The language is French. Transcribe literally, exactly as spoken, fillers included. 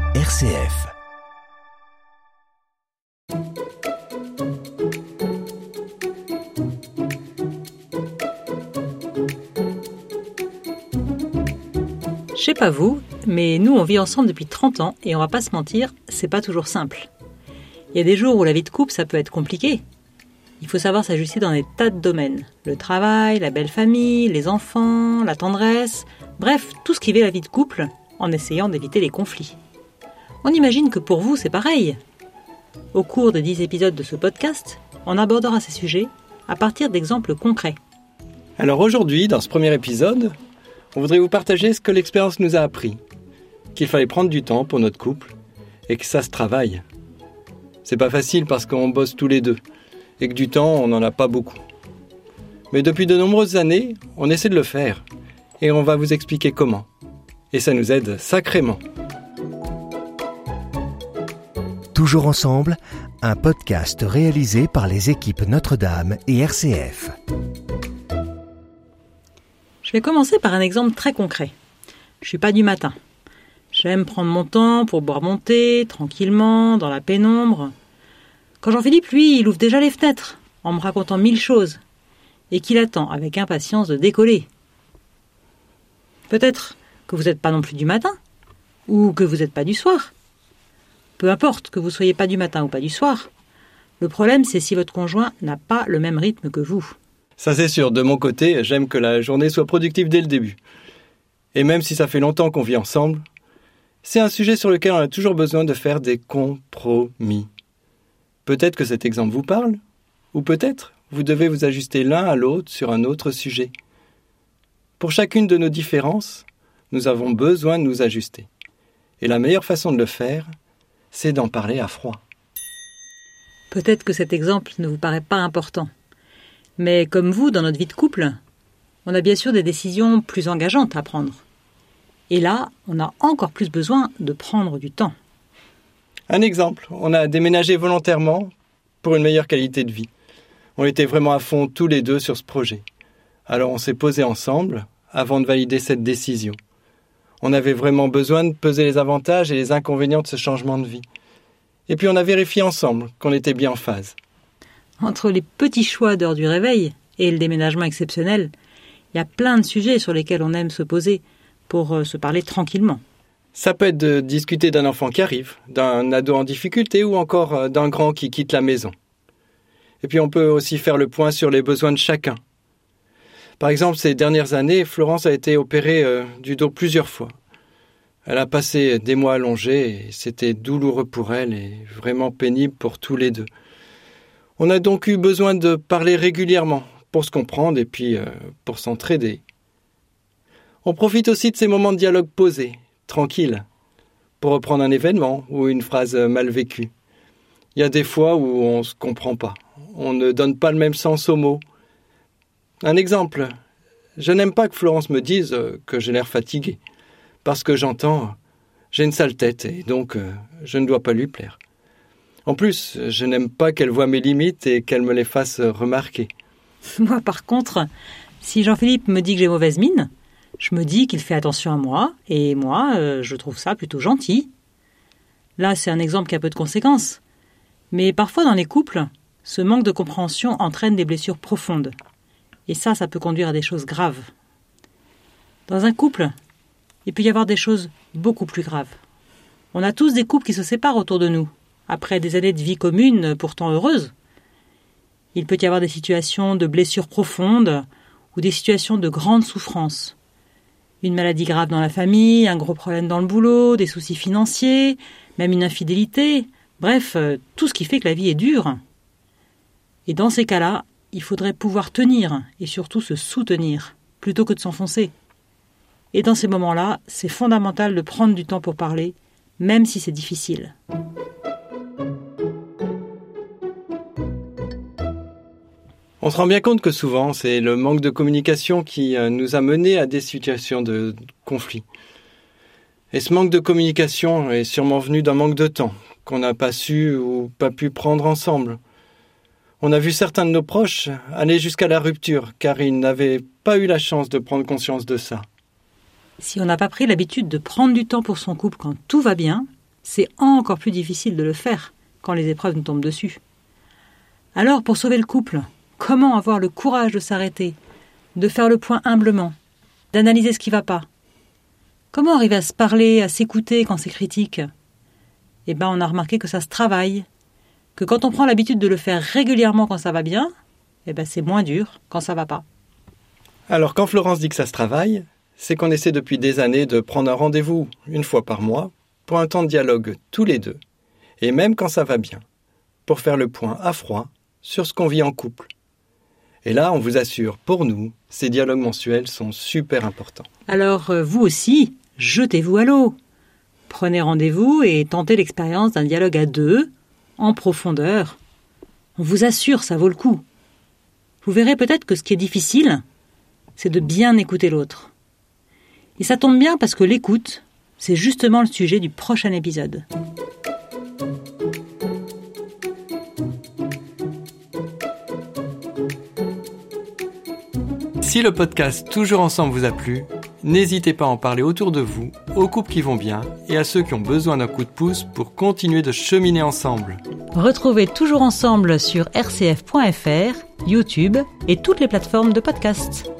R C F. Je sais pas vous, mais nous on vit ensemble depuis trente ans et on va pas se mentir, c'est pas toujours simple. Il y a des jours où la vie de couple ça peut être compliqué. Il faut savoir s'ajuster dans des tas de domaines. Le travail, la belle famille, les enfants, la tendresse, bref, tout ce qui fait la vie de couple en essayant d'éviter les conflits. On imagine que pour vous c'est pareil. Au cours des dix épisodes de ce podcast, on abordera ces sujets à partir d'exemples concrets. Alors aujourd'hui, dans ce premier épisode, on voudrait vous partager ce que l'expérience nous a appris. Qu'il fallait prendre du temps pour notre couple et que ça se travaille. C'est pas facile parce qu'on bosse tous les deux et que du temps, on n'en a pas beaucoup. Mais depuis de nombreuses années, on essaie de le faire et on va vous expliquer comment. Et ça nous aide sacrément. Toujours ensemble, un podcast réalisé par les équipes Notre-Dame et R C F. Je vais commencer par un exemple très concret. Je suis pas du matin. J'aime prendre mon temps pour boire mon thé, tranquillement, dans la pénombre. Quand Jean-Philippe, lui, il ouvre déjà les fenêtres, en me racontant mille choses, et qu'il attend avec impatience de décoller. Peut-être que vous n'êtes pas non plus du matin, ou que vous n'êtes pas du soir. Peu importe que vous soyez pas du matin ou pas du soir. Le problème, c'est si votre conjoint n'a pas le même rythme que vous. Ça c'est sûr, de mon côté, j'aime que la journée soit productive dès le début. Et même si ça fait longtemps qu'on vit ensemble, c'est un sujet sur lequel on a toujours besoin de faire des compromis. Peut-être que cet exemple vous parle, ou peut-être vous devez vous ajuster l'un à l'autre sur un autre sujet. Pour chacune de nos différences, nous avons besoin de nous ajuster. Et la meilleure façon de le faire, c'est d'en parler à froid. Peut-être que cet exemple ne vous paraît pas important. Mais comme vous, dans notre vie de couple, on a bien sûr des décisions plus engageantes à prendre. Et là, on a encore plus besoin de prendre du temps. Un exemple, on a déménagé volontairement pour une meilleure qualité de vie. On était vraiment à fond tous les deux sur ce projet. Alors on s'est posé ensemble avant de valider cette décision. On avait vraiment besoin de peser les avantages et les inconvénients de ce changement de vie. Et puis on a vérifié ensemble qu'on était bien en phase. Entre les petits choix d'heure du réveil et le déménagement exceptionnel, il y a plein de sujets sur lesquels on aime se poser pour euh, se parler tranquillement. Ça peut être de discuter d'un enfant qui arrive, d'un ado en difficulté ou encore euh, d'un grand qui quitte la maison. Et puis on peut aussi faire le point sur les besoins de chacun. Par exemple, ces dernières années, Florence a été opérée euh, du dos plusieurs fois. Elle a passé des mois allongés et c'était douloureux pour elle et vraiment pénible pour tous les deux. On a donc eu besoin de parler régulièrement pour se comprendre et puis euh, pour s'entraider. On profite aussi de ces moments de dialogue posés, tranquilles, pour reprendre un événement ou une phrase mal vécue. Il y a des fois où on ne se comprend pas. On ne donne pas le même sens aux mots. Un exemple, je n'aime pas que Florence me dise que j'ai l'air fatigué, parce que j'entends « j'ai une sale tête et donc euh, je ne dois pas lui plaire ». En plus, je n'aime pas qu'elle voie mes limites et qu'elle me les fasse remarquer. Moi, par contre, si Jean-Philippe me dit que j'ai mauvaise mine, je me dis qu'il fait attention à moi, et moi, euh, je trouve ça plutôt gentil. Là, c'est un exemple qui a peu de conséquences. Mais parfois, dans les couples, ce manque de compréhension entraîne des blessures profondes. Et ça, ça peut conduire à des choses graves. Dans un couple, il peut y avoir des choses beaucoup plus graves. On a tous des couples qui se séparent autour de nous, après des années de vie commune pourtant heureuses. Il peut y avoir des situations de blessures profondes ou des situations de grande souffrance. Une maladie grave dans la famille, un gros problème dans le boulot, des soucis financiers, même une infidélité, bref, tout ce qui fait que la vie est dure. Et dans ces cas-là, il faudrait pouvoir tenir et surtout se soutenir, plutôt que de s'enfoncer. Et dans ces moments-là, c'est fondamental de prendre du temps pour parler, même si c'est difficile. On se rend bien compte que souvent, c'est le manque de communication qui nous a menés à des situations de conflit. Et ce manque de communication est sûrement venu d'un manque de temps, qu'on n'a pas su ou pas pu prendre ensemble. On a vu certains de nos proches aller jusqu'à la rupture, car ils n'avaient pas eu la chance de prendre conscience de ça. Si on n'a pas pris l'habitude de prendre du temps pour son couple quand tout va bien, c'est encore plus difficile de le faire quand les épreuves nous tombent dessus. Alors, pour sauver le couple, comment avoir le courage de s'arrêter, de faire le point humblement, d'analyser ce qui ne va pas? Comment arriver à se parler, à s'écouter quand c'est critique? Eh bien, on a remarqué que ça se travaille, que quand on prend l'habitude de le faire régulièrement quand ça va bien, eh ben, c'est moins dur quand ça ne va pas. Alors, quand Florence dit que ça se travaille, c'est qu'on essaie depuis des années de prendre un rendez-vous une fois par mois pour un temps de dialogue tous les deux, et même quand ça va bien, pour faire le point à froid sur ce qu'on vit en couple. Et là, on vous assure, pour nous, ces dialogues mensuels sont super importants. Alors, euh, vous aussi, jetez-vous à l'eau. Prenez rendez-vous et tentez l'expérience d'un dialogue à deux, en profondeur. On vous assure, ça vaut le coup. Vous verrez peut-être que ce qui est difficile, c'est de bien écouter l'autre. Et ça tombe bien parce que l'écoute, c'est justement le sujet du prochain épisode. Si le podcast Toujours Ensemble vous a plu, n'hésitez pas à en parler autour de vous, aux couples qui vont bien et à ceux qui ont besoin d'un coup de pouce pour continuer de cheminer ensemble. Retrouvez Toujours Ensemble sur r c f point f r, YouTube et toutes les plateformes de podcast.